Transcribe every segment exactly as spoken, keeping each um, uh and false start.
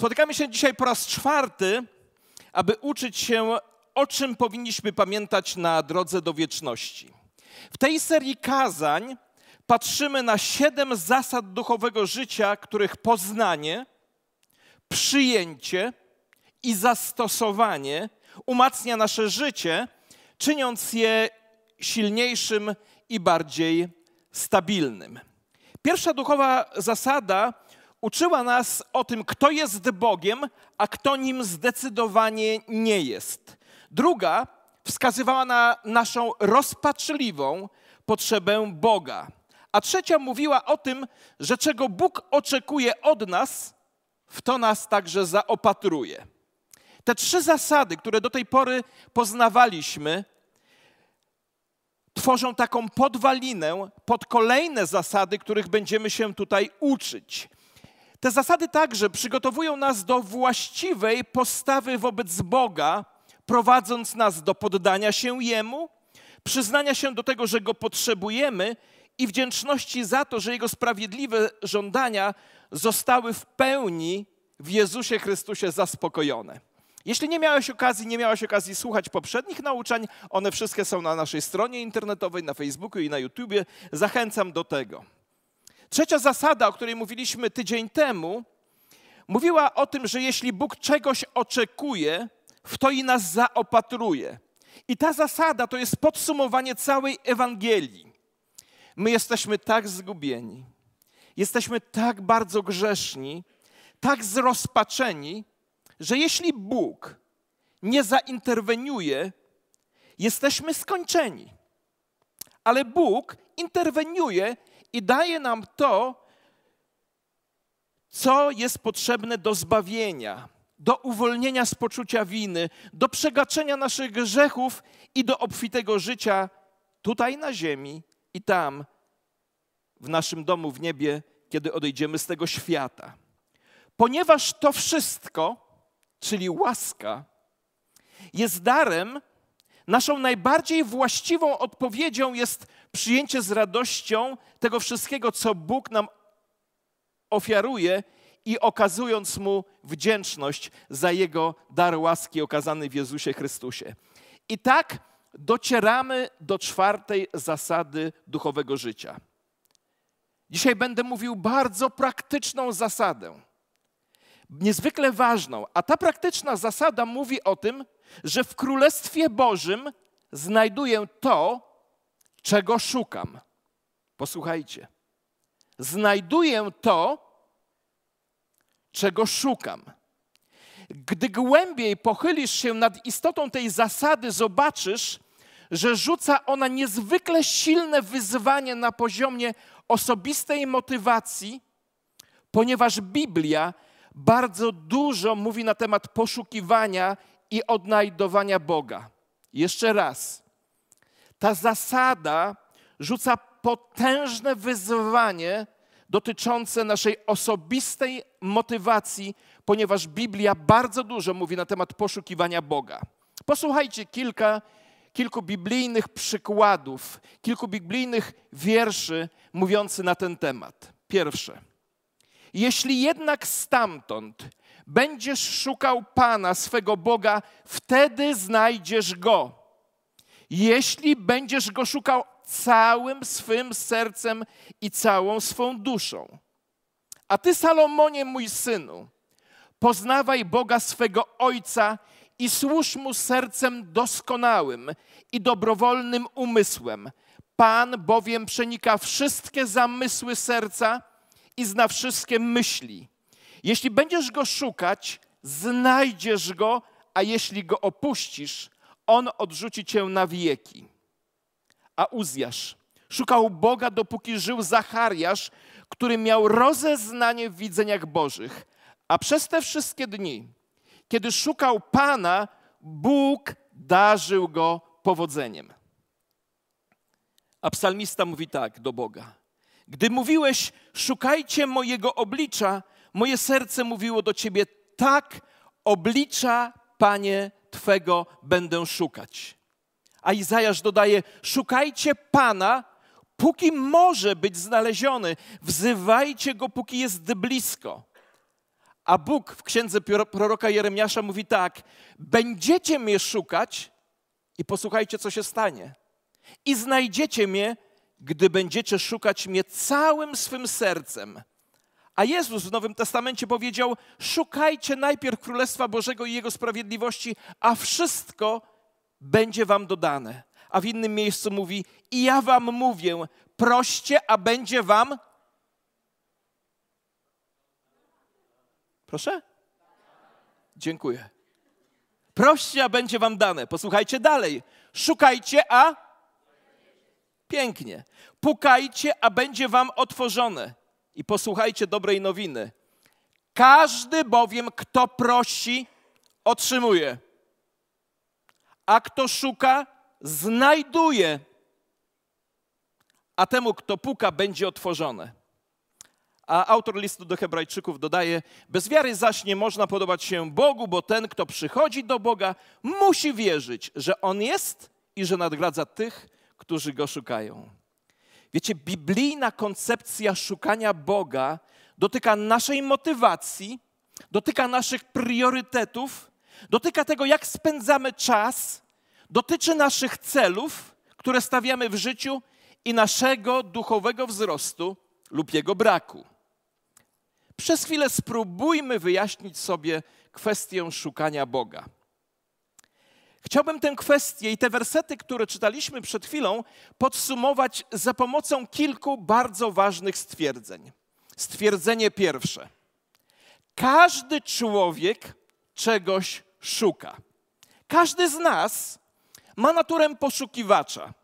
Spotykamy się dzisiaj po raz czwarty, aby uczyć się, o czym powinniśmy pamiętać na drodze do wieczności. W tej serii kazań patrzymy na siedem zasad duchowego życia, których poznanie, przyjęcie i zastosowanie umacnia nasze życie, czyniąc je silniejszym i bardziej stabilnym. Pierwsza duchowa zasada uczyła nas o tym, kto jest Bogiem, a kto nim zdecydowanie nie jest. Druga wskazywała na naszą rozpaczliwą potrzebę Boga. A trzecia mówiła o tym, że czego Bóg oczekuje od nas, w to nas także zaopatruje. Te trzy zasady, które do tej pory poznawaliśmy, tworzą taką podwalinę pod kolejne zasady, których będziemy się tutaj uczyć. Te zasady także przygotowują nas do właściwej postawy wobec Boga, prowadząc nas do poddania się Jemu, przyznania się do tego, że Go potrzebujemy i wdzięczności za to, że Jego sprawiedliwe żądania zostały w pełni w Jezusie Chrystusie zaspokojone. Jeśli nie miałeś okazji, nie miałaś okazji słuchać poprzednich nauczań, one wszystkie są na naszej stronie internetowej, na Facebooku i na YouTubie. Zachęcam do tego. Trzecia zasada, o której mówiliśmy tydzień temu, mówiła o tym, że jeśli Bóg czegoś oczekuje, w to i nas zaopatruje. I ta zasada to jest podsumowanie całej Ewangelii. My jesteśmy tak zgubieni, jesteśmy tak bardzo grzeszni, tak zrozpaczeni, że jeśli Bóg nie zainterweniuje, jesteśmy skończeni. Ale Bóg interweniuje i daje nam to, co jest potrzebne do zbawienia, do uwolnienia z poczucia winy, do przegaczenia naszych grzechów i do obfitego życia tutaj na ziemi i tam, w naszym domu w niebie, kiedy odejdziemy z tego świata. Ponieważ to wszystko, czyli łaska, jest darem, naszą najbardziej właściwą odpowiedzią jest przyjęcie z radością tego wszystkiego, co Bóg nam ofiaruje i okazując Mu wdzięczność za Jego dar łaski okazany w Jezusie Chrystusie. I tak docieramy do czwartej zasady duchowego życia. Dzisiaj będę mówił bardzo praktyczną zasadę, niezwykle ważną, a ta praktyczna zasada mówi o tym, że w Królestwie Bożym znajduję to, czego szukam. Posłuchajcie. Znajduję to, czego szukam. Gdy głębiej pochylisz się nad istotą tej zasady, zobaczysz, że rzuca ona niezwykle silne wyzwanie na poziomie osobistej motywacji, ponieważ Biblia bardzo dużo mówi na temat poszukiwania i odnajdowania Boga. Jeszcze raz. Ta zasada rzuca potężne wyzwanie dotyczące naszej osobistej motywacji, ponieważ Biblia bardzo dużo mówi na temat poszukiwania Boga. Posłuchajcie kilka, kilku biblijnych przykładów, kilku biblijnych wierszy mówiących na ten temat. Pierwsze. Jeśli jednak stamtąd będziesz szukał Pana, swego Boga, wtedy znajdziesz Go. Jeśli będziesz Go szukał całym swym sercem i całą swą duszą. A ty, Salomonie, mój synu, poznawaj Boga swego Ojca i służ Mu sercem doskonałym i dobrowolnym umysłem. Pan bowiem przenika wszystkie zamysły serca i zna wszystkie myśli. Jeśli będziesz Go szukać, znajdziesz Go, a jeśli Go opuścisz, On odrzuci cię na wieki. A Uzjasz szukał Boga, dopóki żył Zachariasz, który miał rozeznanie w widzeniach Bożych. A przez te wszystkie dni, kiedy szukał Pana, Bóg darzył go powodzeniem. A psalmista mówi tak do Boga. Gdy mówiłeś, szukajcie mojego oblicza, moje serce mówiło do Ciebie, tak, oblicza, Panie, Twego będę szukać. A Izajasz dodaje, szukajcie Pana, póki może być znaleziony, wzywajcie Go, póki jest blisko. A Bóg w księdze proroka Jeremiasza mówi tak: będziecie mnie szukać i posłuchajcie, co się stanie. I znajdziecie mnie, gdy będziecie szukać mnie całym swym sercem. A Jezus w Nowym Testamencie powiedział: szukajcie najpierw Królestwa Bożego i Jego sprawiedliwości, a wszystko będzie wam dodane. A w innym miejscu mówi: i ja wam mówię, proście, a będzie wam... Proszę? Dziękuję. Proście, a będzie wam dane. Posłuchajcie dalej. Szukajcie, a... Pięknie. Pukajcie, a będzie wam otworzone. I posłuchajcie dobrej nowiny. Każdy bowiem, kto prosi, otrzymuje. A kto szuka, znajduje. A temu, kto puka, będzie otworzone. A autor listu do Hebrajczyków dodaje: bez wiary zaś nie można podobać się Bogu, bo ten, kto przychodzi do Boga, musi wierzyć, że On jest i że nadgradza tych, którzy Go szukają. Wiecie, biblijna koncepcja szukania Boga dotyka naszej motywacji, dotyka naszych priorytetów, dotyka tego, jak spędzamy czas, dotyczy naszych celów, które stawiamy w życiu i naszego duchowego wzrostu lub jego braku. Przez chwilę spróbujmy wyjaśnić sobie kwestię szukania Boga. Chciałbym tę kwestię i te wersety, które czytaliśmy przed chwilą, podsumować za pomocą kilku bardzo ważnych stwierdzeń. Stwierdzenie pierwsze. Każdy człowiek czegoś szuka. Każdy z nas ma naturę poszukiwacza.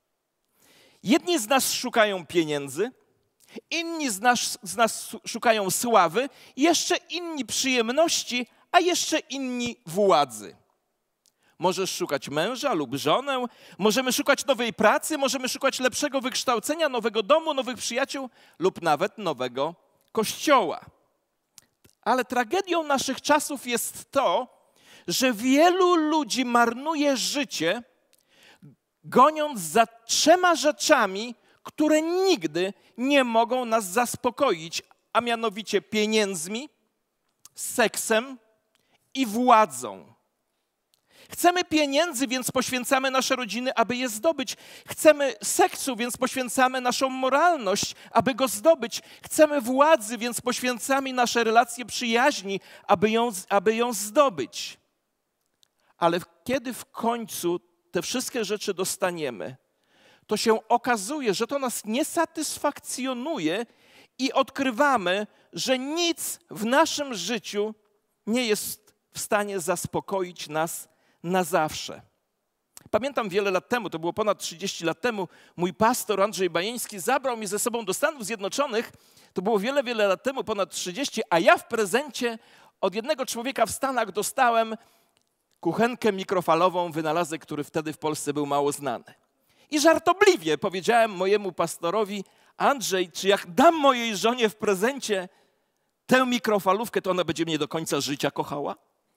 Jedni z nas szukają pieniędzy, inni z nas, z nas szukają sławy, jeszcze inni przyjemności, a jeszcze inni władzy. Możesz szukać męża lub żonę, możemy szukać nowej pracy, możemy szukać lepszego wykształcenia, nowego domu, nowych przyjaciół lub nawet nowego kościoła. Ale tragedią naszych czasów jest to, że wielu ludzi marnuje życie, goniąc za trzema rzeczami, które nigdy nie mogą nas zaspokoić, a mianowicie pieniędzmi, seksem i władzą. Chcemy pieniędzy, więc poświęcamy nasze rodziny, aby je zdobyć. Chcemy seksu, więc poświęcamy naszą moralność, aby go zdobyć. Chcemy władzy, więc poświęcamy nasze relacje przyjaźni, aby ją, aby ją zdobyć. Ale kiedy w końcu te wszystkie rzeczy dostaniemy, to się okazuje, że to nas nie satysfakcjonuje i odkrywamy, że nic w naszym życiu nie jest w stanie zaspokoić nas na zawsze. Pamiętam wiele lat temu, to było ponad trzydzieści lat temu, mój pastor Andrzej Bajeński zabrał mnie ze sobą do Stanów Zjednoczonych. To było wiele, wiele lat temu, ponad trzydzieści, a ja w prezencie od jednego człowieka w Stanach dostałem kuchenkę mikrofalową, wynalazek, który wtedy w Polsce był mało znany. I żartobliwie powiedziałem mojemu pastorowi: Andrzej, czy jak dam mojej żonie w prezencie tę mikrofalówkę, to ona będzie mnie do końca życia kochała?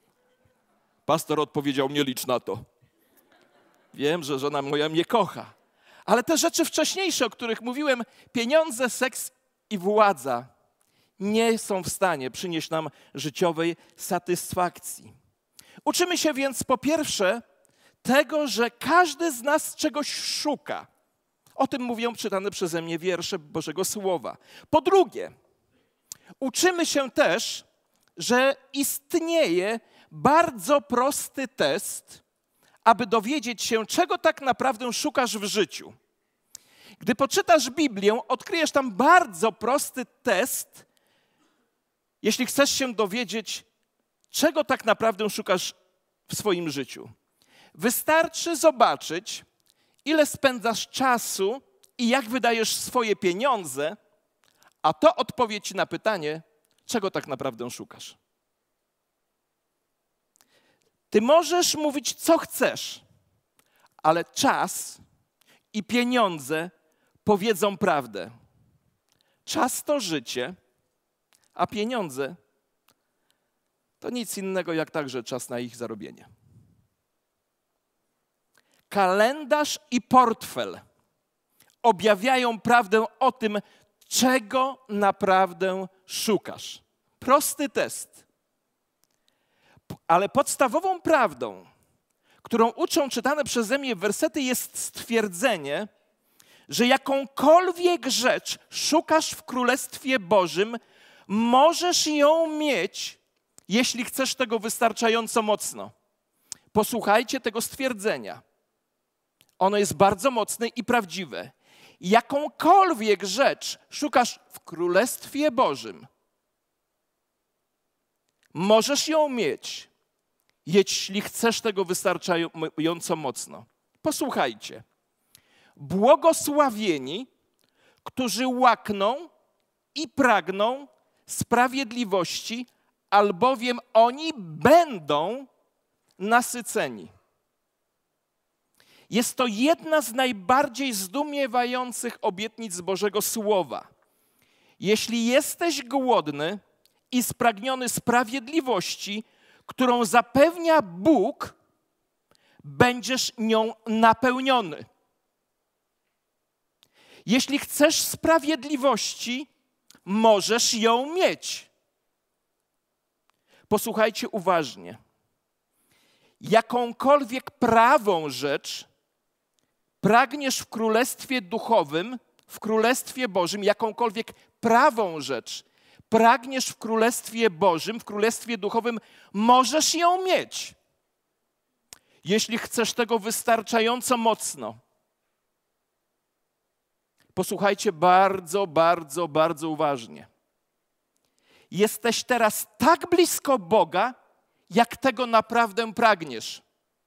Pastor odpowiedział: nie licz na to. Wiem, że żona moja mnie kocha. Ale te rzeczy wcześniejsze, o których mówiłem, pieniądze, seks i władza, nie są w stanie przynieść nam życiowej satysfakcji. Uczymy się więc po pierwsze tego, że każdy z nas czegoś szuka. O tym mówią czytane przeze mnie wiersze Bożego Słowa. Po drugie, uczymy się też, że istnieje bardzo prosty test, aby dowiedzieć się, czego tak naprawdę szukasz w życiu. Gdy poczytasz Biblię, odkryjesz tam bardzo prosty test, jeśli chcesz się dowiedzieć, czego tak naprawdę szukasz w swoim życiu. Wystarczy zobaczyć, ile spędzasz czasu i jak wydajesz swoje pieniądze, a to odpowiedź na pytanie, czego tak naprawdę szukasz. Ty możesz mówić, co chcesz, ale czas i pieniądze powiedzą prawdę. Czas to życie, a pieniądze to nic innego jak także czas na ich zarobienie. Kalendarz i portfel objawiają prawdę o tym, czego naprawdę szukasz. prosty test. Ale podstawową prawdą, którą uczą czytane przeze mnie wersety, jest stwierdzenie, że jakąkolwiek rzecz szukasz w Królestwie Bożym, możesz ją mieć, jeśli chcesz tego wystarczająco mocno. Posłuchajcie tego stwierdzenia. Ono jest bardzo mocne i prawdziwe. Jakąkolwiek rzecz szukasz w Królestwie Bożym, możesz ją mieć, jeśli chcesz tego wystarczająco mocno. Posłuchajcie. Błogosławieni, którzy łakną i pragną sprawiedliwości, albowiem oni będą nasyceni. Jest to jedna z najbardziej zdumiewających obietnic Bożego Słowa. Jeśli jesteś głodny i spragniony sprawiedliwości, którą zapewnia Bóg, będziesz nią napełniony. Jeśli chcesz sprawiedliwości, możesz ją mieć. Posłuchajcie uważnie. Jakąkolwiek prawą rzecz pragniesz w Królestwie Duchowym, w Królestwie Bożym, jakąkolwiek prawą rzecz pragniesz w Królestwie Bożym, w Królestwie Duchowym, możesz ją mieć, jeśli chcesz tego wystarczająco mocno. Posłuchajcie bardzo, bardzo, bardzo uważnie. Jesteś teraz tak blisko Boga, jak tego naprawdę pragniesz.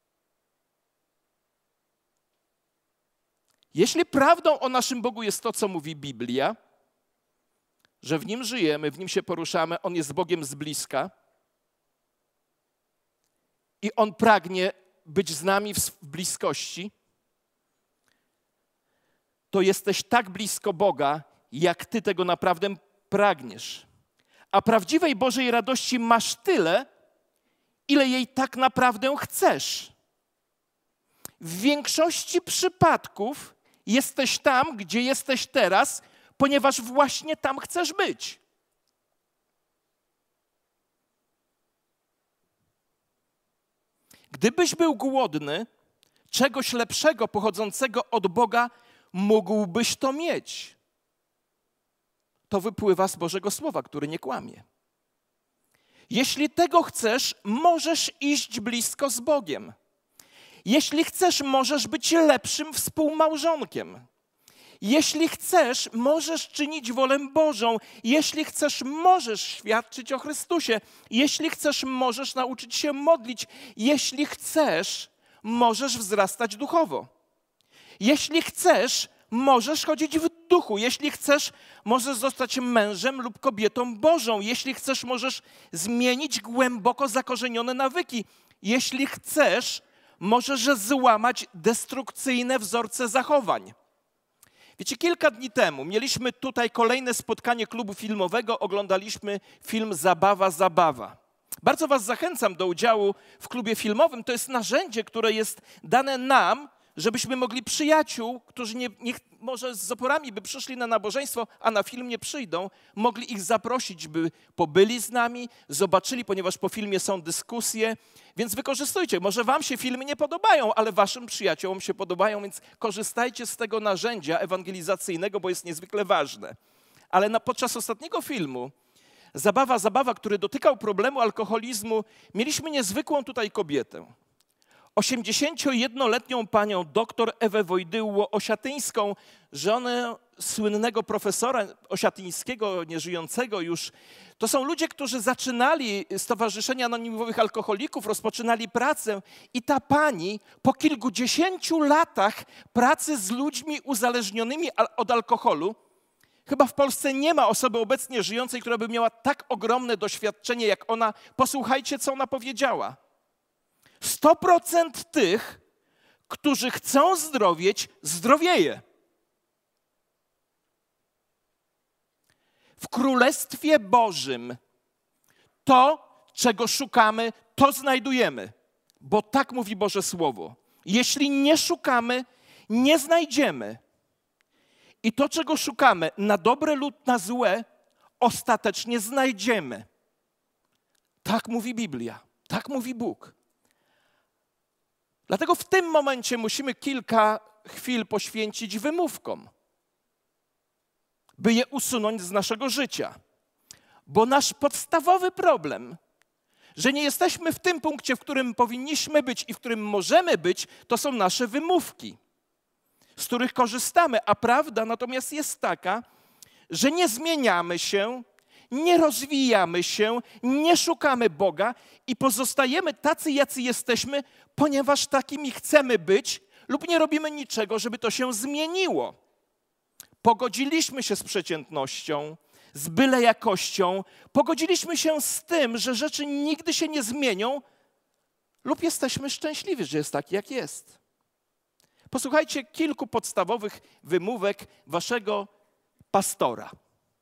Jeśli prawdą o naszym Bogu jest to, co mówi Biblia, że w Nim żyjemy, w Nim się poruszamy, On jest Bogiem z bliska i On pragnie być z nami w bliskości, to jesteś tak blisko Boga, jak Ty tego naprawdę pragniesz. A prawdziwej Bożej radości masz tyle, ile jej tak naprawdę chcesz. W większości przypadków jesteś tam, gdzie jesteś teraz, ponieważ właśnie tam chcesz być. Gdybyś był głodny czegoś lepszego pochodzącego od Boga, mógłbyś to mieć. To wypływa z Bożego Słowa, który nie kłamie. Jeśli tego chcesz, możesz iść blisko z Bogiem. Jeśli chcesz, możesz być lepszym współmałżonkiem. Jeśli chcesz, możesz czynić wolę Bożą. Jeśli chcesz, możesz świadczyć o Chrystusie. Jeśli chcesz, możesz nauczyć się modlić. Jeśli chcesz, możesz wzrastać duchowo. Jeśli chcesz, możesz chodzić w duchu. Jeśli chcesz, możesz zostać mężem lub kobietą Bożą. Jeśli chcesz, możesz zmienić głęboko zakorzenione nawyki. Jeśli chcesz, możesz złamać destrukcyjne wzorce zachowań. Wiecie, kilka dni temu mieliśmy tutaj kolejne spotkanie klubu filmowego, oglądaliśmy film Zabawa, Zabawa. Bardzo was zachęcam do udziału w klubie filmowym. To jest narzędzie, które jest dane nam, żebyśmy mogli przyjaciół, którzy nie, nie, może z oporami by przyszli na nabożeństwo, a na film nie przyjdą, mogli ich zaprosić, by pobyli z nami, zobaczyli, ponieważ po filmie są dyskusje, więc wykorzystujcie. Może wam się filmy nie podobają, ale waszym przyjaciołom się podobają, więc korzystajcie z tego narzędzia ewangelizacyjnego, bo jest niezwykle ważne. Ale na, podczas ostatniego filmu Zabawa, Zabawa, który dotykał problemu alkoholizmu, mieliśmy niezwykłą tutaj kobietę. osiemdziesięciojednoletnią panią doktor Ewę Wojdyło-Osiatyńską, żonę słynnego profesora osiatyńskiego, nieżyjącego już. To są ludzie, którzy zaczynali Stowarzyszenie Anonimowych Alkoholików, rozpoczynali pracę i ta pani po kilkudziesięciu latach pracy z ludźmi uzależnionymi od alkoholu, chyba w Polsce nie ma osoby obecnie żyjącej, która by miała tak ogromne doświadczenie jak ona. Posłuchajcie, co ona powiedziała. sto procent tych, którzy chcą zdrowieć, zdrowieje. W Królestwie Bożym to, czego szukamy, to znajdujemy, bo tak mówi Boże Słowo. Jeśli nie szukamy, nie znajdziemy. I to, czego szukamy, na dobre lub na złe, ostatecznie znajdziemy. Tak mówi Biblia, tak mówi Bóg. Dlatego w tym momencie musimy kilka chwil poświęcić wymówkom, by je usunąć z naszego życia. Bo nasz podstawowy problem, że nie jesteśmy w tym punkcie, w którym powinniśmy być i w którym możemy być, to są nasze wymówki, z których korzystamy. A prawda natomiast jest taka, że nie zmieniamy się, nie rozwijamy się, nie szukamy Boga i pozostajemy tacy, jacy jesteśmy, ponieważ takimi chcemy być lub nie robimy niczego, żeby to się zmieniło. Pogodziliśmy się z przeciętnością, z byle jakością, pogodziliśmy się z tym, że rzeczy nigdy się nie zmienią lub jesteśmy szczęśliwi, że jest tak, jak jest. Posłuchajcie kilku podstawowych wymówek waszego pastora.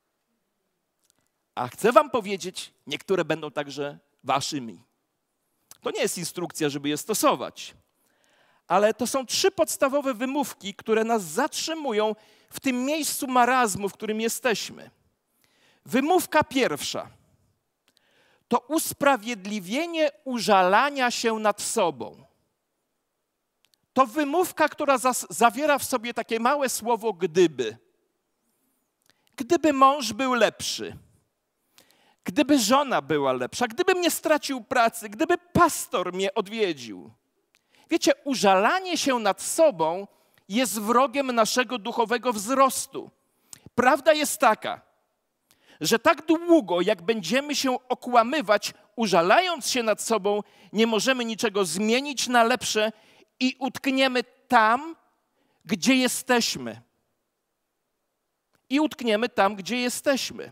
A chcę wam powiedzieć, niektóre będą także waszymi. To nie jest instrukcja, żeby je stosować, ale to są trzy podstawowe wymówki, które nas zatrzymują w tym miejscu marazmu, w którym jesteśmy. Wymówka pierwsza to usprawiedliwienie użalania się nad sobą. To wymówka, która zawiera w sobie takie małe słowo gdyby. Gdyby mąż był lepszy, gdyby żona była lepsza, gdybym nie stracił pracy, gdyby pastor mnie odwiedził. Wiecie, użalanie się nad sobą jest wrogiem naszego duchowego wzrostu. Prawda jest taka, że tak długo, jak będziemy się okłamywać, użalając się nad sobą, nie możemy niczego zmienić na lepsze i utkniemy tam, gdzie jesteśmy. I utkniemy tam, gdzie jesteśmy.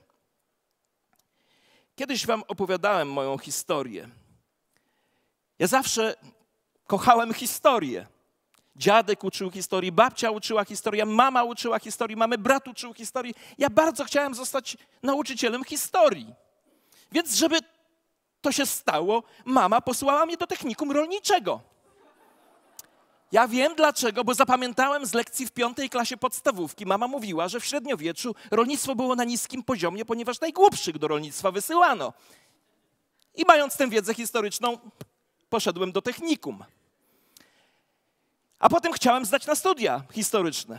Kiedyś wam opowiadałem moją historię. Ja zawsze kochałem historię. Dziadek uczył historii, babcia uczyła historii, mama uczyła historii, mamy brat uczył historii. Ja bardzo chciałem zostać nauczycielem historii. Więc żeby to się stało, mama posłała mnie do technikum rolniczego. Ja wiem dlaczego, bo zapamiętałem z lekcji w piątej klasie podstawówki. Mama mówiła, że w średniowieczu rolnictwo było na niskim poziomie, ponieważ najgłupszych do rolnictwa wysyłano. I mając tę wiedzę historyczną, poszedłem do technikum. A potem chciałem zdać na studia historyczne.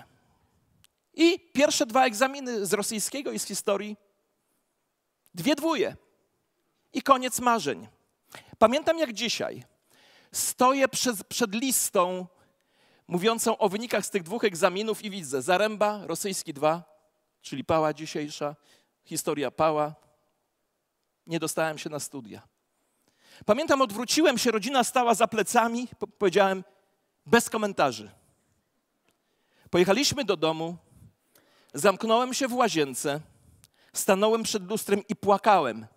I pierwsze dwa egzaminy z rosyjskiego i z historii, dwie dwóje. I koniec marzeń. Pamiętam jak dzisiaj. Stoję przed, przed listą mówiącą o wynikach z tych dwóch egzaminów i widzę Zaręba, rosyjski dwa, czyli pała dzisiejsza, historia pała. Nie dostałem się na studia. Pamiętam, odwróciłem się, rodzina stała za plecami, powiedziałem bez komentarzy. Pojechaliśmy do domu, zamknąłem się w łazience, stanąłem przed lustrem i płakałem.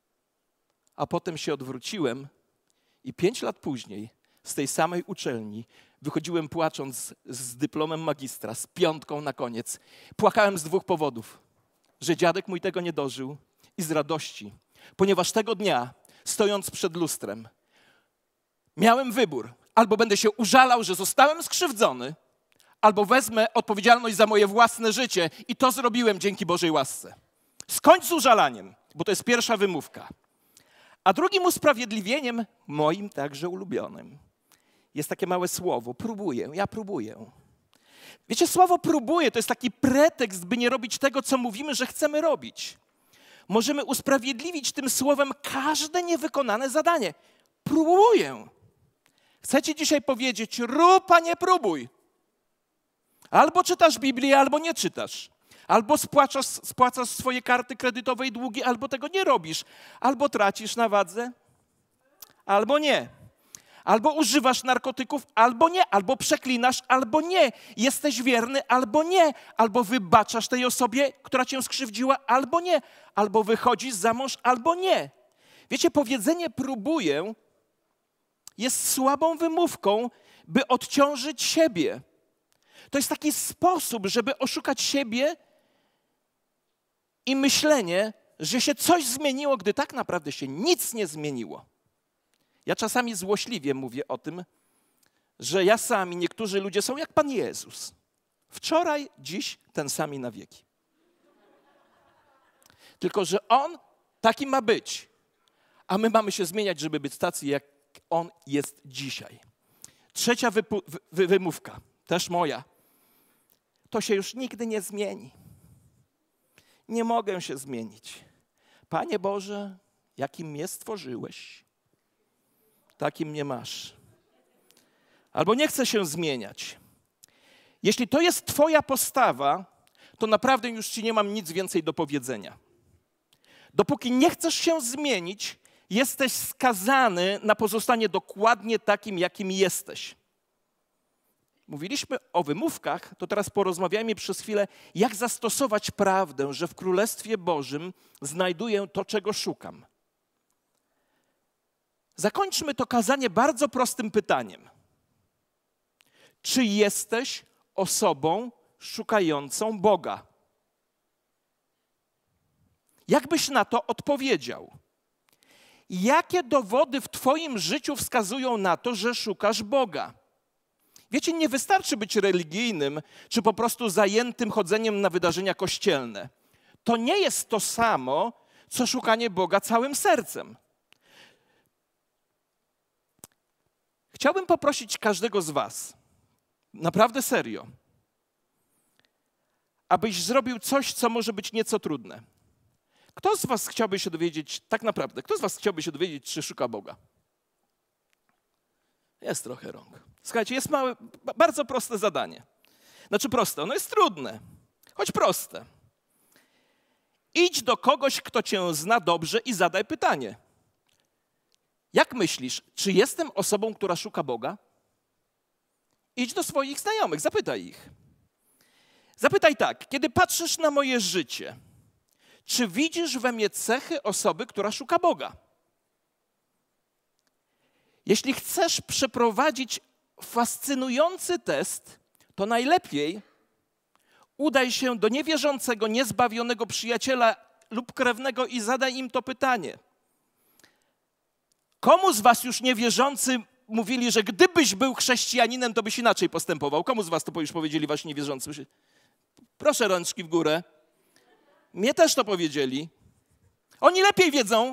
A potem się odwróciłem i pięć lat później z tej samej uczelni wychodziłem płacząc z dyplomem magistra, z piątką na koniec. Płakałem z dwóch powodów, że dziadek mój tego nie dożył i z radości, ponieważ tego dnia, stojąc przed lustrem, miałem wybór. Albo będę się użalał, że zostałem skrzywdzony, albo wezmę odpowiedzialność za moje własne życie i to zrobiłem dzięki Bożej łasce. Skończ z użalaniem, bo to jest pierwsza wymówka. A drugim usprawiedliwieniem, moim także ulubionym, jest takie małe słowo, próbuję, ja próbuję. Wiecie, słowo próbuję to jest taki pretekst, by nie robić tego, co mówimy, że chcemy robić. Możemy usprawiedliwić tym słowem każde niewykonane zadanie. Próbuję. Chcę ci dzisiaj powiedzieć, rób, a nie próbuj. Albo czytasz Biblię, albo nie czytasz. Albo spłacasz, spłacasz swoje karty kredytowe i długi, albo tego nie robisz. Albo tracisz na wadze, albo nie. Albo używasz narkotyków, albo nie. Albo przeklinasz, albo nie. Jesteś wierny, albo nie. Albo wybaczasz tej osobie, która cię skrzywdziła, albo nie. Albo wychodzisz za mąż, albo nie. Wiecie, powiedzenie próbuję jest słabą wymówką, by odciążyć siebie. To jest taki sposób, żeby oszukać siebie i myślenie, że się coś zmieniło, gdy tak naprawdę się nic nie zmieniło. Ja czasami złośliwie mówię o tym, że ja sam i niektórzy ludzie są jak Pan Jezus. Wczoraj, dziś, ten sami na wieki. Tylko że On taki ma być. A my mamy się zmieniać, żeby być tacy, jak On jest dzisiaj. Trzecia wypu- wy- wymówka, też moja. To się już nigdy nie zmieni. Nie mogę się zmienić. Panie Boże, jakim mnie stworzyłeś, takim mnie masz. Albo nie chcę się zmieniać. Jeśli to jest twoja postawa, to naprawdę już ci nie mam nic więcej do powiedzenia. Dopóki nie chcesz się zmienić, jesteś skazany na pozostanie dokładnie takim, jakim jesteś. Mówiliśmy o wymówkach, to teraz porozmawiajmy przez chwilę, jak zastosować prawdę, że w Królestwie Bożym znajduję to, czego szukam. Zakończmy to kazanie bardzo prostym pytaniem. Czy jesteś osobą szukającą Boga? Jak byś na to odpowiedział? Jakie dowody w twoim życiu wskazują na to, że szukasz Boga? Wiecie, nie wystarczy być religijnym, czy po prostu zajętym chodzeniem na wydarzenia kościelne. To nie jest to samo, co szukanie Boga całym sercem. Chciałbym poprosić każdego z was, naprawdę serio, abyś zrobił coś, co może być nieco trudne. Kto z was chciałby się dowiedzieć, tak naprawdę, kto z was chciałby się dowiedzieć, czy szuka Boga? Jest trochę rąk. Słuchajcie, jest małe, bardzo proste zadanie. Znaczy proste, ono jest trudne, choć proste. Idź do kogoś, kto cię zna dobrze i zadaj pytanie. Jak myślisz, czy jestem osobą, która szuka Boga? Idź do swoich znajomych, zapytaj ich. Zapytaj tak, kiedy patrzysz na moje życie, czy widzisz we mnie cechy osoby, która szuka Boga? Jeśli chcesz przeprowadzić fascynujący test, to najlepiej udaj się do niewierzącego, niezbawionego przyjaciela lub krewnego i zadaj im to pytanie. Komu z was już niewierzący mówili, że gdybyś był chrześcijaninem, to byś inaczej postępował? Komu z was to już powiedzieli wasi niewierzący? Proszę rączki w górę. Mnie też to powiedzieli. Oni lepiej wiedzą.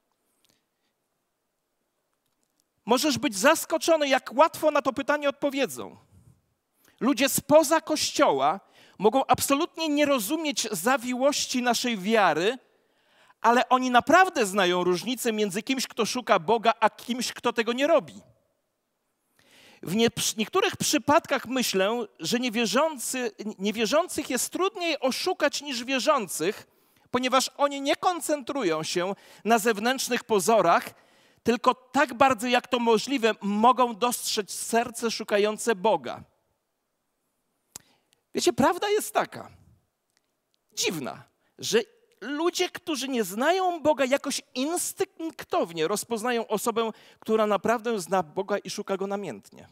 Możesz być zaskoczony, jak łatwo na to pytanie odpowiedzą. Ludzie spoza Kościoła mogą absolutnie nie rozumieć zawiłości naszej wiary, ale oni naprawdę znają różnicę między kimś, kto szuka Boga, a kimś, kto tego nie robi. W nie, niektórych przypadkach myślę, że niewierzący, niewierzących jest trudniej oszukać niż wierzących, ponieważ oni nie koncentrują się na zewnętrznych pozorach, tylko tak bardzo jak to możliwe mogą dostrzec serce szukające Boga. Wiecie, prawda jest taka, dziwna, że ludzie, którzy nie znają Boga, jakoś instynktownie rozpoznają osobę, która naprawdę zna Boga i szuka Go namiętnie.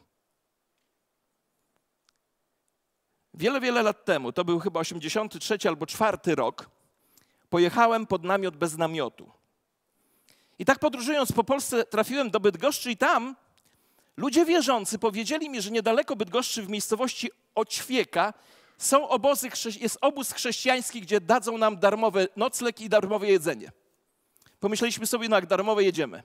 Wiele, wiele lat temu, to był chyba osiemdziesiąty trzeci albo czwarty rok, pojechałem pod namiot bez namiotu. I tak podróżując po Polsce trafiłem do Bydgoszczy i tam ludzie wierzący powiedzieli mi, że niedaleko Bydgoszczy w miejscowości Oćwieka są obozy, jest obóz chrześcijański, gdzie dadzą nam darmowy nocleg i darmowe jedzenie. Pomyśleliśmy sobie, no jak darmowe jedziemy.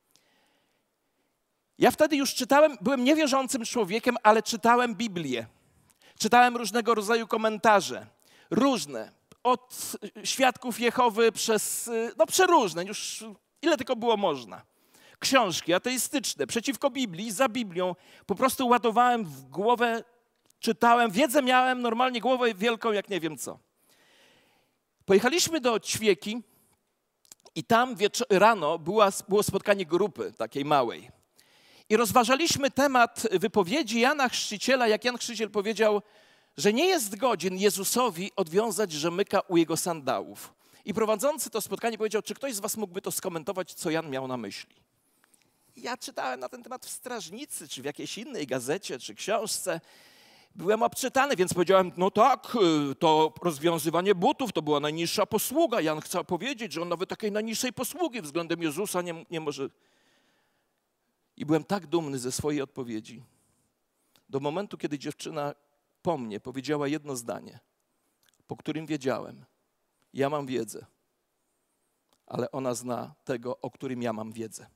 Ja wtedy już czytałem, byłem niewierzącym człowiekiem, ale czytałem Biblię. Czytałem różnego rodzaju komentarze, różne, od Świadków Jehowy przez, no przeróżne, już ile tylko było można. Książki ateistyczne, przeciwko Biblii, za Biblią. Po prostu ładowałem w głowę, czytałem, wiedzę miałem, normalnie głowę wielką, jak nie wiem co. Pojechaliśmy do Ćwieki i tam rano była, było spotkanie grupy takiej małej. I rozważaliśmy temat wypowiedzi Jana Chrzciciela, jak Jan Chrzciciel powiedział, że nie jest godzien Jezusowi odwiązać rzemyka u jego sandałów. I prowadzący to spotkanie powiedział, czy ktoś z was mógłby to skomentować, co Jan miał na myśli. Ja czytałem na ten temat w Strażnicy, czy w jakiejś innej gazecie, czy książce. Byłem obczytany, więc powiedziałem, no tak, to rozwiązywanie butów to była najniższa posługa. Jan chce powiedzieć, że on nawet takiej najniższej posługi względem Jezusa nie, nie może. I byłem tak dumny ze swojej odpowiedzi. Do momentu, kiedy dziewczyna po mnie powiedziała jedno zdanie, po którym wiedziałem, ja mam wiedzę, ale ona zna tego, o którym ja mam wiedzę.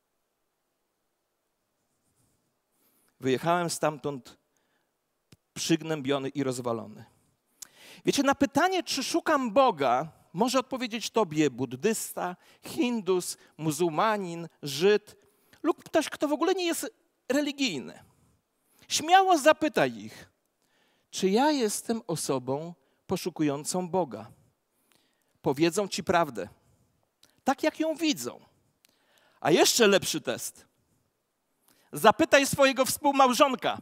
Wyjechałem stamtąd przygnębiony i rozwalony. Wiecie, na pytanie, czy szukam Boga, może odpowiedzieć tobie buddysta, hindus, muzułmanin, Żyd lub ktoś, kto w ogóle nie jest religijny. Śmiało zapytaj ich, czy ja jestem osobą poszukującą Boga. Powiedzą ci prawdę, tak jak ją widzą. A jeszcze lepszy test. Zapytaj swojego współmałżonka.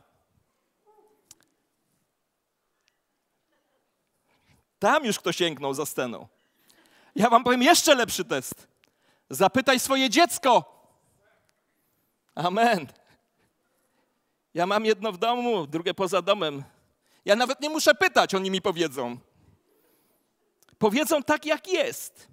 Tam już kto sięgnął za sceną. Ja wam powiem jeszcze lepszy test. Zapytaj swoje dziecko. Amen. Ja mam jedno w domu, drugie poza domem. Ja nawet nie muszę pytać, oni mi powiedzą. Powiedzą tak, jak jest.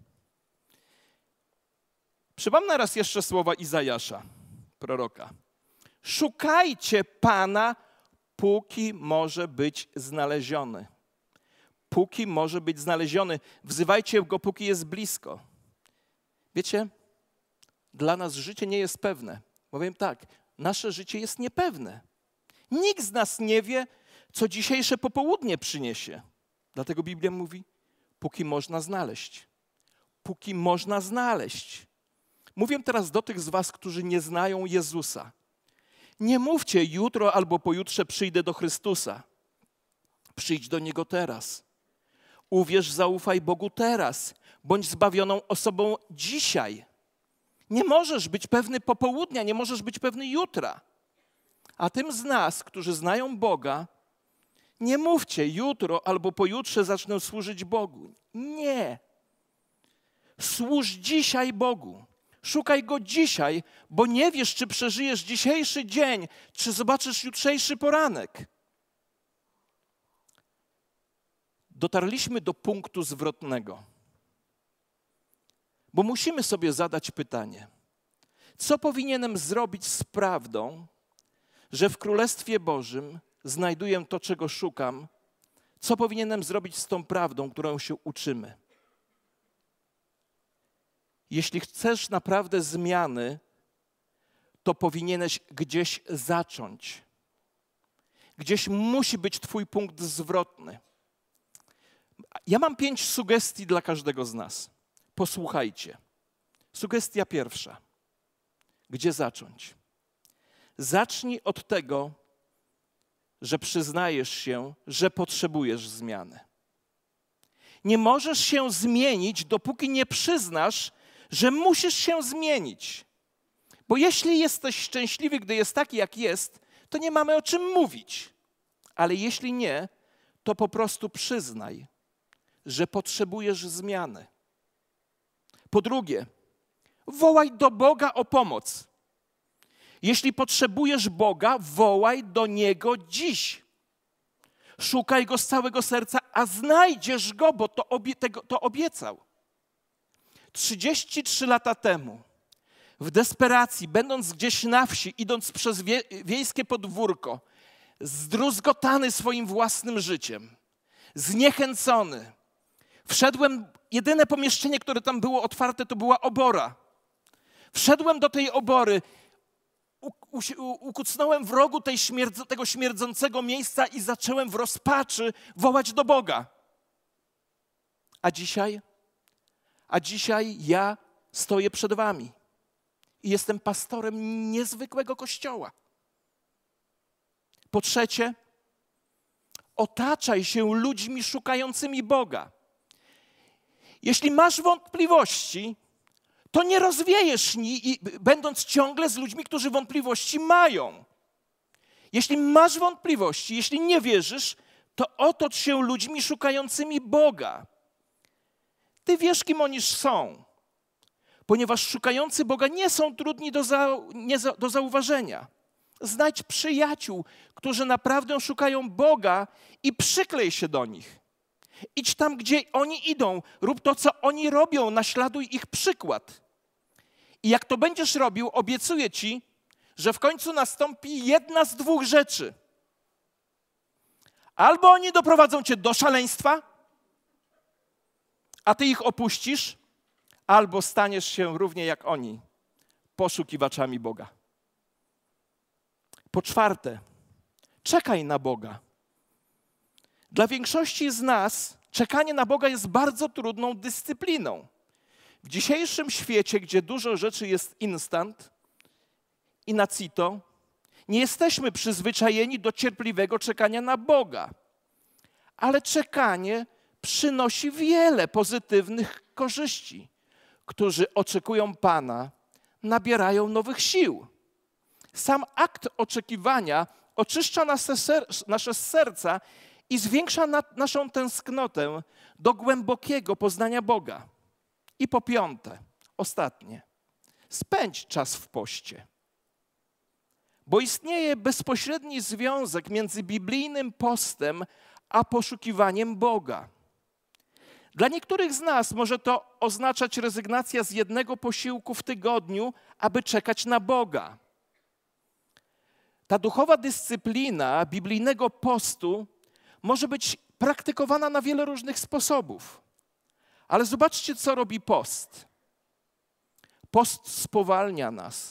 Przypomnę raz jeszcze słowa Izajasza, proroka. Szukajcie Pana, póki może być znaleziony. Póki może być znaleziony. Wzywajcie Go, póki jest blisko. Wiecie, dla nas życie nie jest pewne. Powiem tak, nasze życie jest niepewne. Nikt z nas nie wie, co dzisiejsze popołudnie przyniesie. Dlatego Biblia mówi, póki można znaleźć. Póki można znaleźć. Mówię teraz do tych z was, którzy nie znają Jezusa. Nie mówcie jutro albo pojutrze przyjdę do Chrystusa. Przyjdź do Niego teraz. Uwierz, zaufaj Bogu teraz. Bądź zbawioną osobą dzisiaj. Nie możesz być pewny popołudnia, nie możesz być pewny jutra. A tym z nas, którzy znają Boga, nie mówcie jutro albo pojutrze zacznę służyć Bogu. Nie. Służ dzisiaj Bogu. Szukaj Go dzisiaj, bo nie wiesz, czy przeżyjesz dzisiejszy dzień, czy zobaczysz jutrzejszy poranek. Dotarliśmy do punktu zwrotnego, bo musimy sobie zadać pytanie, co powinienem zrobić z prawdą, że w Królestwie Bożym znajduję to, czego szukam, co powinienem zrobić z tą prawdą, którą się uczymy. Jeśli chcesz naprawdę zmiany, to powinieneś gdzieś zacząć. Gdzieś musi być twój punkt zwrotny. Ja mam pięć sugestii dla każdego z nas. Posłuchajcie. Sugestia pierwsza. Gdzie zacząć? Zacznij od tego, że przyznajesz się, że potrzebujesz zmiany. Nie możesz się zmienić, dopóki nie przyznasz, że musisz się zmienić. Bo jeśli jesteś szczęśliwy, gdy jest taki, jak jest, to nie mamy o czym mówić. Ale jeśli nie, to po prostu przyznaj, że potrzebujesz zmiany. Po drugie, wołaj do Boga o pomoc. Jeśli potrzebujesz Boga, wołaj do Niego dziś. Szukaj Go z całego serca, a znajdziesz Go, bo to, obie, tego, to obiecał. trzydzieści trzy lata temu, w desperacji, będąc gdzieś na wsi, idąc przez wie, wiejskie podwórko, zdruzgotany swoim własnym życiem, zniechęcony, wszedłem, jedyne pomieszczenie, które tam było otwarte, to była obora. Wszedłem do tej obory, u, u, ukucnąłem w rogu tej śmierdz, tego śmierdzącego miejsca i zacząłem w rozpaczy wołać do Boga. A dzisiaj? A dzisiaj ja stoję przed wami i jestem pastorem niezwykłego kościoła. Po trzecie, otaczaj się ludźmi szukającymi Boga. Jeśli masz wątpliwości, to nie rozwiejesz ni, będąc ciągle z ludźmi, którzy wątpliwości mają. Jeśli masz wątpliwości, jeśli nie wierzysz, to otocz się ludźmi szukającymi Boga. Ty wiesz, kim oni są, ponieważ szukający Boga nie są trudni do, za, nie za, do zauważenia. Znajdź przyjaciół, którzy naprawdę szukają Boga i przyklej się do nich. Idź tam, gdzie oni idą, rób to, co oni robią, naśladuj ich przykład. I jak to będziesz robił, obiecuję ci, że w końcu nastąpi jedna z dwóch rzeczy. Albo oni doprowadzą cię do szaleństwa, a ty ich opuścisz, albo staniesz się równie jak oni, poszukiwaczami Boga. Po czwarte, czekaj na Boga. Dla większości z nas czekanie na Boga jest bardzo trudną dyscypliną. W dzisiejszym świecie, gdzie dużo rzeczy jest instant i na cito, nie jesteśmy przyzwyczajeni do cierpliwego czekania na Boga. Ale czekanie przynosi wiele pozytywnych korzyści. Którzy oczekują Pana, nabierają nowych sił. Sam akt oczekiwania oczyszcza nasze, ser nasze serca i zwiększa na naszą tęsknotę do głębokiego poznania Boga. I po piąte, ostatnie, spędź czas w poście. Bo istnieje bezpośredni związek między biblijnym postem a poszukiwaniem Boga. Dla niektórych z nas może to oznaczać rezygnację z jednego posiłku w tygodniu, aby czekać na Boga. Ta duchowa dyscyplina biblijnego postu może być praktykowana na wiele różnych sposobów. Ale zobaczcie, co robi post. Post spowalnia nas.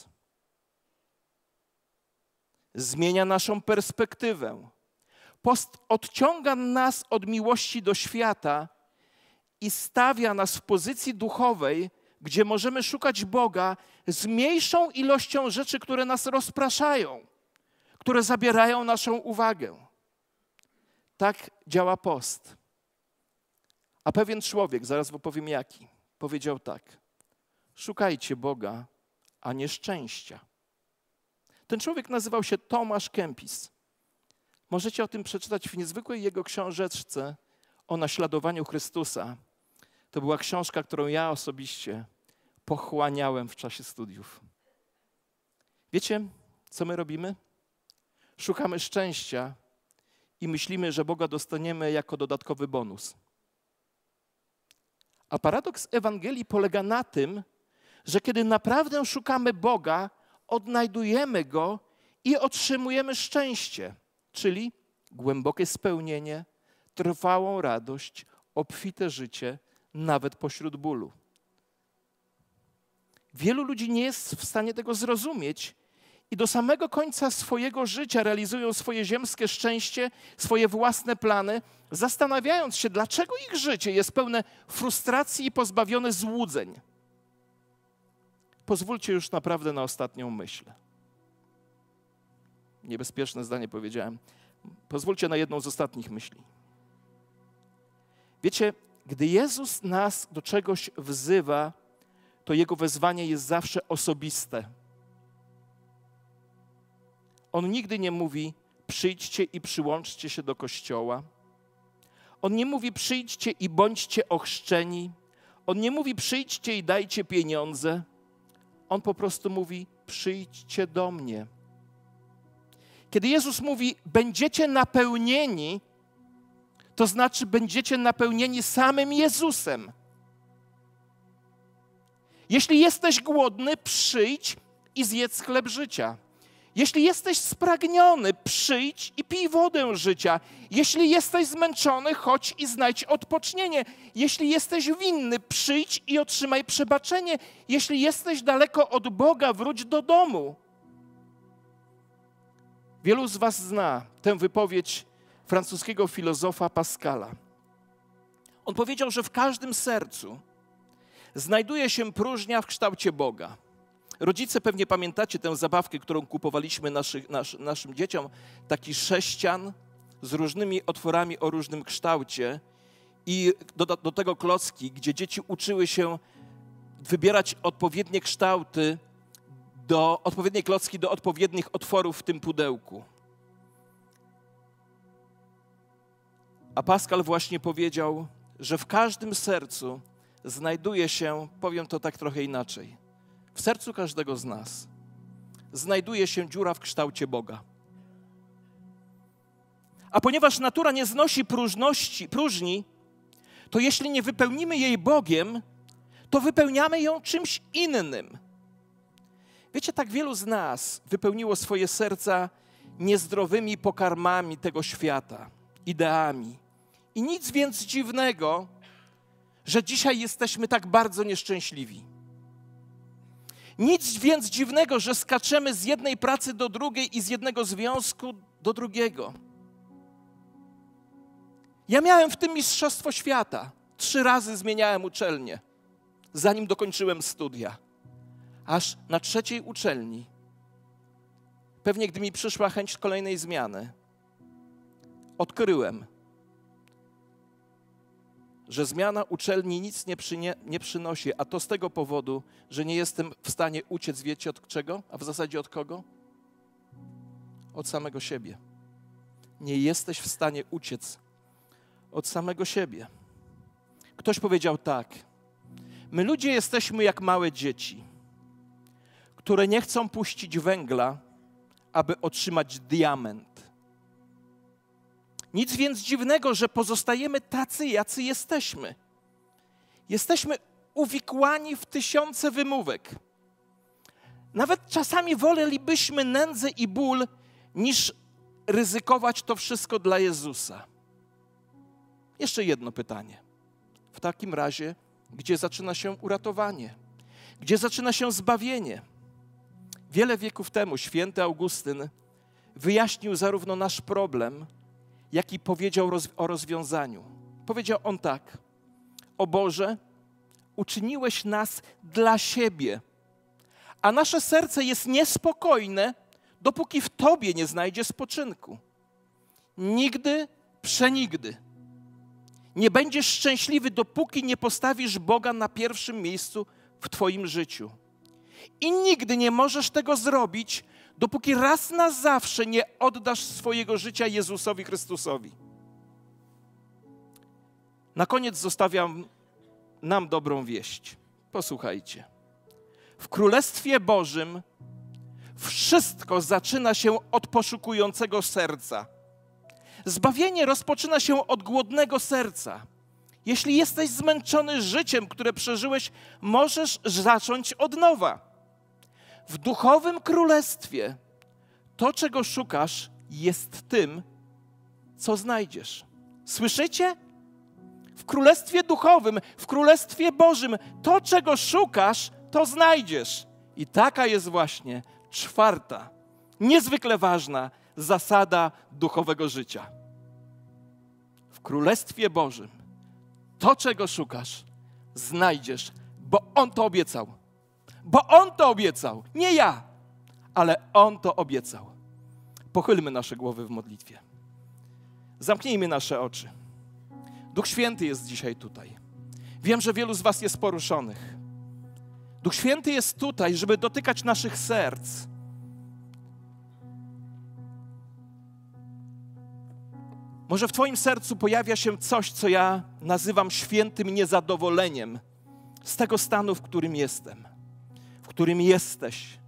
Zmienia naszą perspektywę. Post odciąga nas od miłości do świata i stawia nas w pozycji duchowej, gdzie możemy szukać Boga z mniejszą ilością rzeczy, które nas rozpraszają, które zabierają naszą uwagę. Tak działa post. A pewien człowiek, zaraz wam powiem jaki, powiedział tak: szukajcie Boga, a nie szczęścia. Ten człowiek nazywał się Tomasz Kempis. Możecie o tym przeczytać w niezwykłej jego książeczce o naśladowaniu Chrystusa. To była książka, którą ja osobiście pochłaniałem w czasie studiów. Wiecie, co my robimy? Szukamy szczęścia i myślimy, że Boga dostaniemy jako dodatkowy bonus. A paradoks Ewangelii polega na tym, że kiedy naprawdę szukamy Boga, odnajdujemy Go i otrzymujemy szczęście, czyli głębokie spełnienie, trwałą radość, obfite życie, nawet pośród bólu. Wielu ludzi nie jest w stanie tego zrozumieć i do samego końca swojego życia realizują swoje ziemskie szczęście, swoje własne plany, zastanawiając się, dlaczego ich życie jest pełne frustracji i pozbawione złudzeń. Pozwólcie już naprawdę na ostatnią myśl. Niebezpieczne zdanie powiedziałem. Pozwólcie na jedną z ostatnich myśli. Wiecie, gdy Jezus nas do czegoś wzywa, to Jego wezwanie jest zawsze osobiste. On nigdy nie mówi: przyjdźcie i przyłączcie się do Kościoła. On nie mówi: przyjdźcie i bądźcie ochrzczeni. On nie mówi: przyjdźcie i dajcie pieniądze. On po prostu mówi: przyjdźcie do mnie. Kiedy Jezus mówi: będziecie napełnieni, to znaczy będziecie napełnieni samym Jezusem. Jeśli jesteś głodny, przyjdź i zjedz chleb życia. Jeśli jesteś spragniony, przyjdź i pij wodę życia. Jeśli jesteś zmęczony, chodź i znajdź odpocznienie. Jeśli jesteś winny, przyjdź i otrzymaj przebaczenie. Jeśli jesteś daleko od Boga, wróć do domu. Wielu z was zna tę wypowiedź francuskiego filozofa Pascala. On powiedział, że w każdym sercu znajduje się próżnia w kształcie Boga. Rodzice, pewnie pamiętacie tę zabawkę, którą kupowaliśmy naszych, nasz, naszym dzieciom, taki sześcian z różnymi otworami o różnym kształcie i do, do tego klocki, gdzie dzieci uczyły się wybierać odpowiednie kształty, do, odpowiednie klocki do odpowiednich otworów w tym pudełku. A Pascal właśnie powiedział, że w każdym sercu znajduje się, powiem to tak trochę inaczej, w sercu każdego z nas znajduje się dziura w kształcie Boga. A ponieważ natura nie znosi próżności, próżni, to jeśli nie wypełnimy jej Bogiem, to wypełniamy ją czymś innym. Wiecie, tak wielu z nas wypełniło swoje serca niezdrowymi pokarmami tego świata, ideami. I nic więc dziwnego, że dzisiaj jesteśmy tak bardzo nieszczęśliwi. Nic więc dziwnego, że skaczemy z jednej pracy do drugiej i z jednego związku do drugiego. Ja miałem w tym mistrzostwo świata. Trzy razy zmieniałem uczelnię, zanim dokończyłem studia. Aż na trzeciej uczelni, pewnie gdy mi przyszła chęć kolejnej zmiany, odkryłem, że zmiana uczelni nic nie, przynie, nie przynosi, a to z tego powodu, że nie jestem w stanie uciec, wiecie od czego? A w zasadzie od kogo? Od samego siebie. Nie jesteś w stanie uciec od samego siebie. Ktoś powiedział tak: my ludzie jesteśmy jak małe dzieci, które nie chcą puścić węgla, aby otrzymać diament. Nic więc dziwnego, że pozostajemy tacy, jacy jesteśmy. Jesteśmy uwikłani w tysiące wymówek. Nawet czasami wolelibyśmy nędzę i ból, niż ryzykować to wszystko dla Jezusa. Jeszcze jedno pytanie. W takim razie, gdzie zaczyna się uratowanie? Gdzie zaczyna się zbawienie? Wiele wieków temu święty Augustyn wyjaśnił zarówno nasz problem, jak i powiedział o rozwiązaniu. Powiedział on tak: o Boże, uczyniłeś nas dla siebie, a nasze serce jest niespokojne, dopóki w Tobie nie znajdzie spoczynku. Nigdy, przenigdy nie będziesz szczęśliwy, dopóki nie postawisz Boga na pierwszym miejscu w Twoim życiu. I nigdy nie możesz tego zrobić, dopóki raz na zawsze nie oddasz swojego życia Jezusowi Chrystusowi. Na koniec zostawiam nam dobrą wieść. Posłuchajcie. W Królestwie Bożym wszystko zaczyna się od poszukującego serca. Zbawienie rozpoczyna się od głodnego serca. Jeśli jesteś zmęczony życiem, które przeżyłeś, możesz zacząć od nowa. W duchowym królestwie to, czego szukasz, jest tym, co znajdziesz. Słyszycie? W królestwie duchowym, w królestwie Bożym, to, czego szukasz, to znajdziesz. I taka jest właśnie czwarta, niezwykle ważna zasada duchowego życia. W królestwie Bożym to, czego szukasz, znajdziesz, bo On to obiecał. Bo On to obiecał, nie ja, ale On to obiecał. Pochylmy nasze głowy w modlitwie. Zamknijmy nasze oczy. Duch Święty jest dzisiaj tutaj. Wiem, że wielu z was jest poruszonych. Duch Święty jest tutaj, żeby dotykać naszych serc. Może w twoim sercu pojawia się coś, co ja nazywam świętym niezadowoleniem z tego stanu, w którym jestem, w którym jesteś.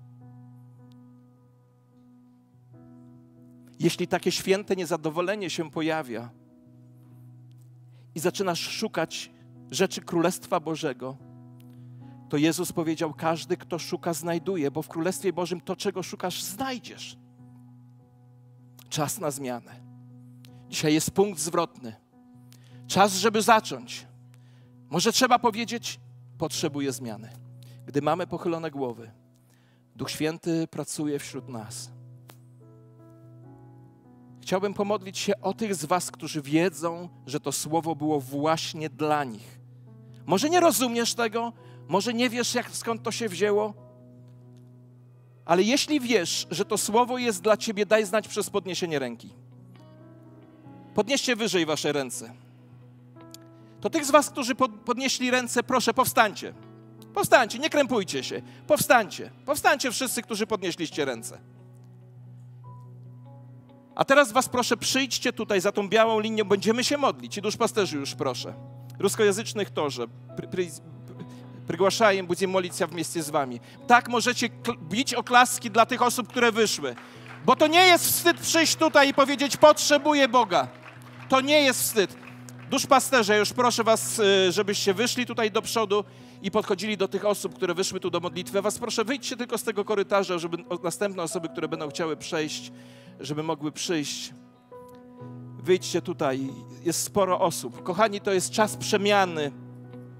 Jeśli takie święte niezadowolenie się pojawia i zaczynasz szukać rzeczy Królestwa Bożego, to Jezus powiedział: każdy, kto szuka, znajduje, bo w Królestwie Bożym to, czego szukasz, znajdziesz. Czas na zmianę. Dzisiaj jest punkt zwrotny. Czas, żeby zacząć. Może trzeba powiedzieć: potrzebuję zmiany. Gdy mamy pochylone głowy, Duch Święty pracuje wśród nas. Chciałbym pomodlić się o tych z was, którzy wiedzą, że to słowo było właśnie dla nich. Może nie rozumiesz tego, może nie wiesz, jak, skąd to się wzięło, ale jeśli wiesz, że to słowo jest dla ciebie, daj znać przez podniesienie ręki. Podnieście wyżej wasze ręce. To tych z was, którzy podnieśli ręce, proszę, powstańcie. Powstańcie, nie krępujcie się. Powstańcie. Powstańcie wszyscy, którzy podnieśliście ręce. A teraz was proszę, przyjdźcie tutaj za tą białą linią, będziemy się modlić. I duszpasterzy już proszę. Ruskojęzycznych torze. Przygłaszajem, będziemy modlić się w mieście z wami. Tak możecie bić oklaski dla tych osób, które wyszły. Bo to nie jest wstyd przyjść tutaj i powiedzieć: potrzebuję Boga. To nie jest wstyd. Duszpasterze, już proszę was, żebyście wyszli tutaj do przodu i podchodzili do tych osób, które wyszły tu do modlitwy. Was proszę, wyjdźcie tylko z tego korytarza, żeby następne osoby, które będą chciały przejść, żeby mogły przyjść. Wyjdźcie tutaj, jest sporo osób. Kochani, to jest czas przemiany.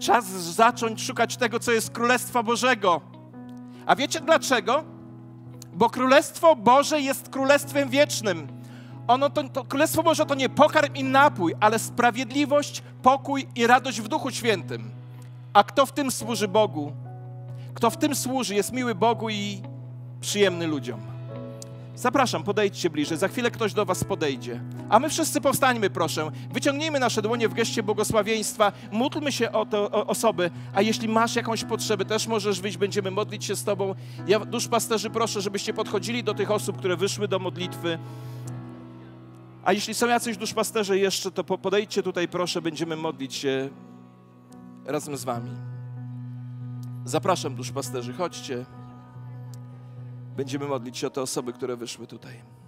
Czas zacząć szukać tego, co jest Królestwa Bożego. A wiecie dlaczego? Bo Królestwo Boże jest Królestwem wiecznym. Ono to, to Królestwo Boże to nie pokarm i napój, ale sprawiedliwość, pokój i radość w Duchu Świętym. A kto w tym służy Bogu, kto w tym służy, jest miły Bogu i przyjemny ludziom. Zapraszam, podejdźcie bliżej. Za chwilę ktoś do was podejdzie. A my wszyscy powstańmy, proszę. Wyciągnijmy nasze dłonie w geście błogosławieństwa. Módlmy się o te o osoby. A jeśli masz jakąś potrzebę, też możesz wyjść. Będziemy modlić się z tobą. Ja, duszpasterzy, proszę, żebyście podchodzili do tych osób, które wyszły do modlitwy. A jeśli są jacyś duszpasterze jeszcze, to podejdźcie tutaj, proszę. Będziemy modlić się razem z wami. Zapraszam, duszpasterzy, chodźcie. Będziemy modlić się o te osoby, które wyszły tutaj.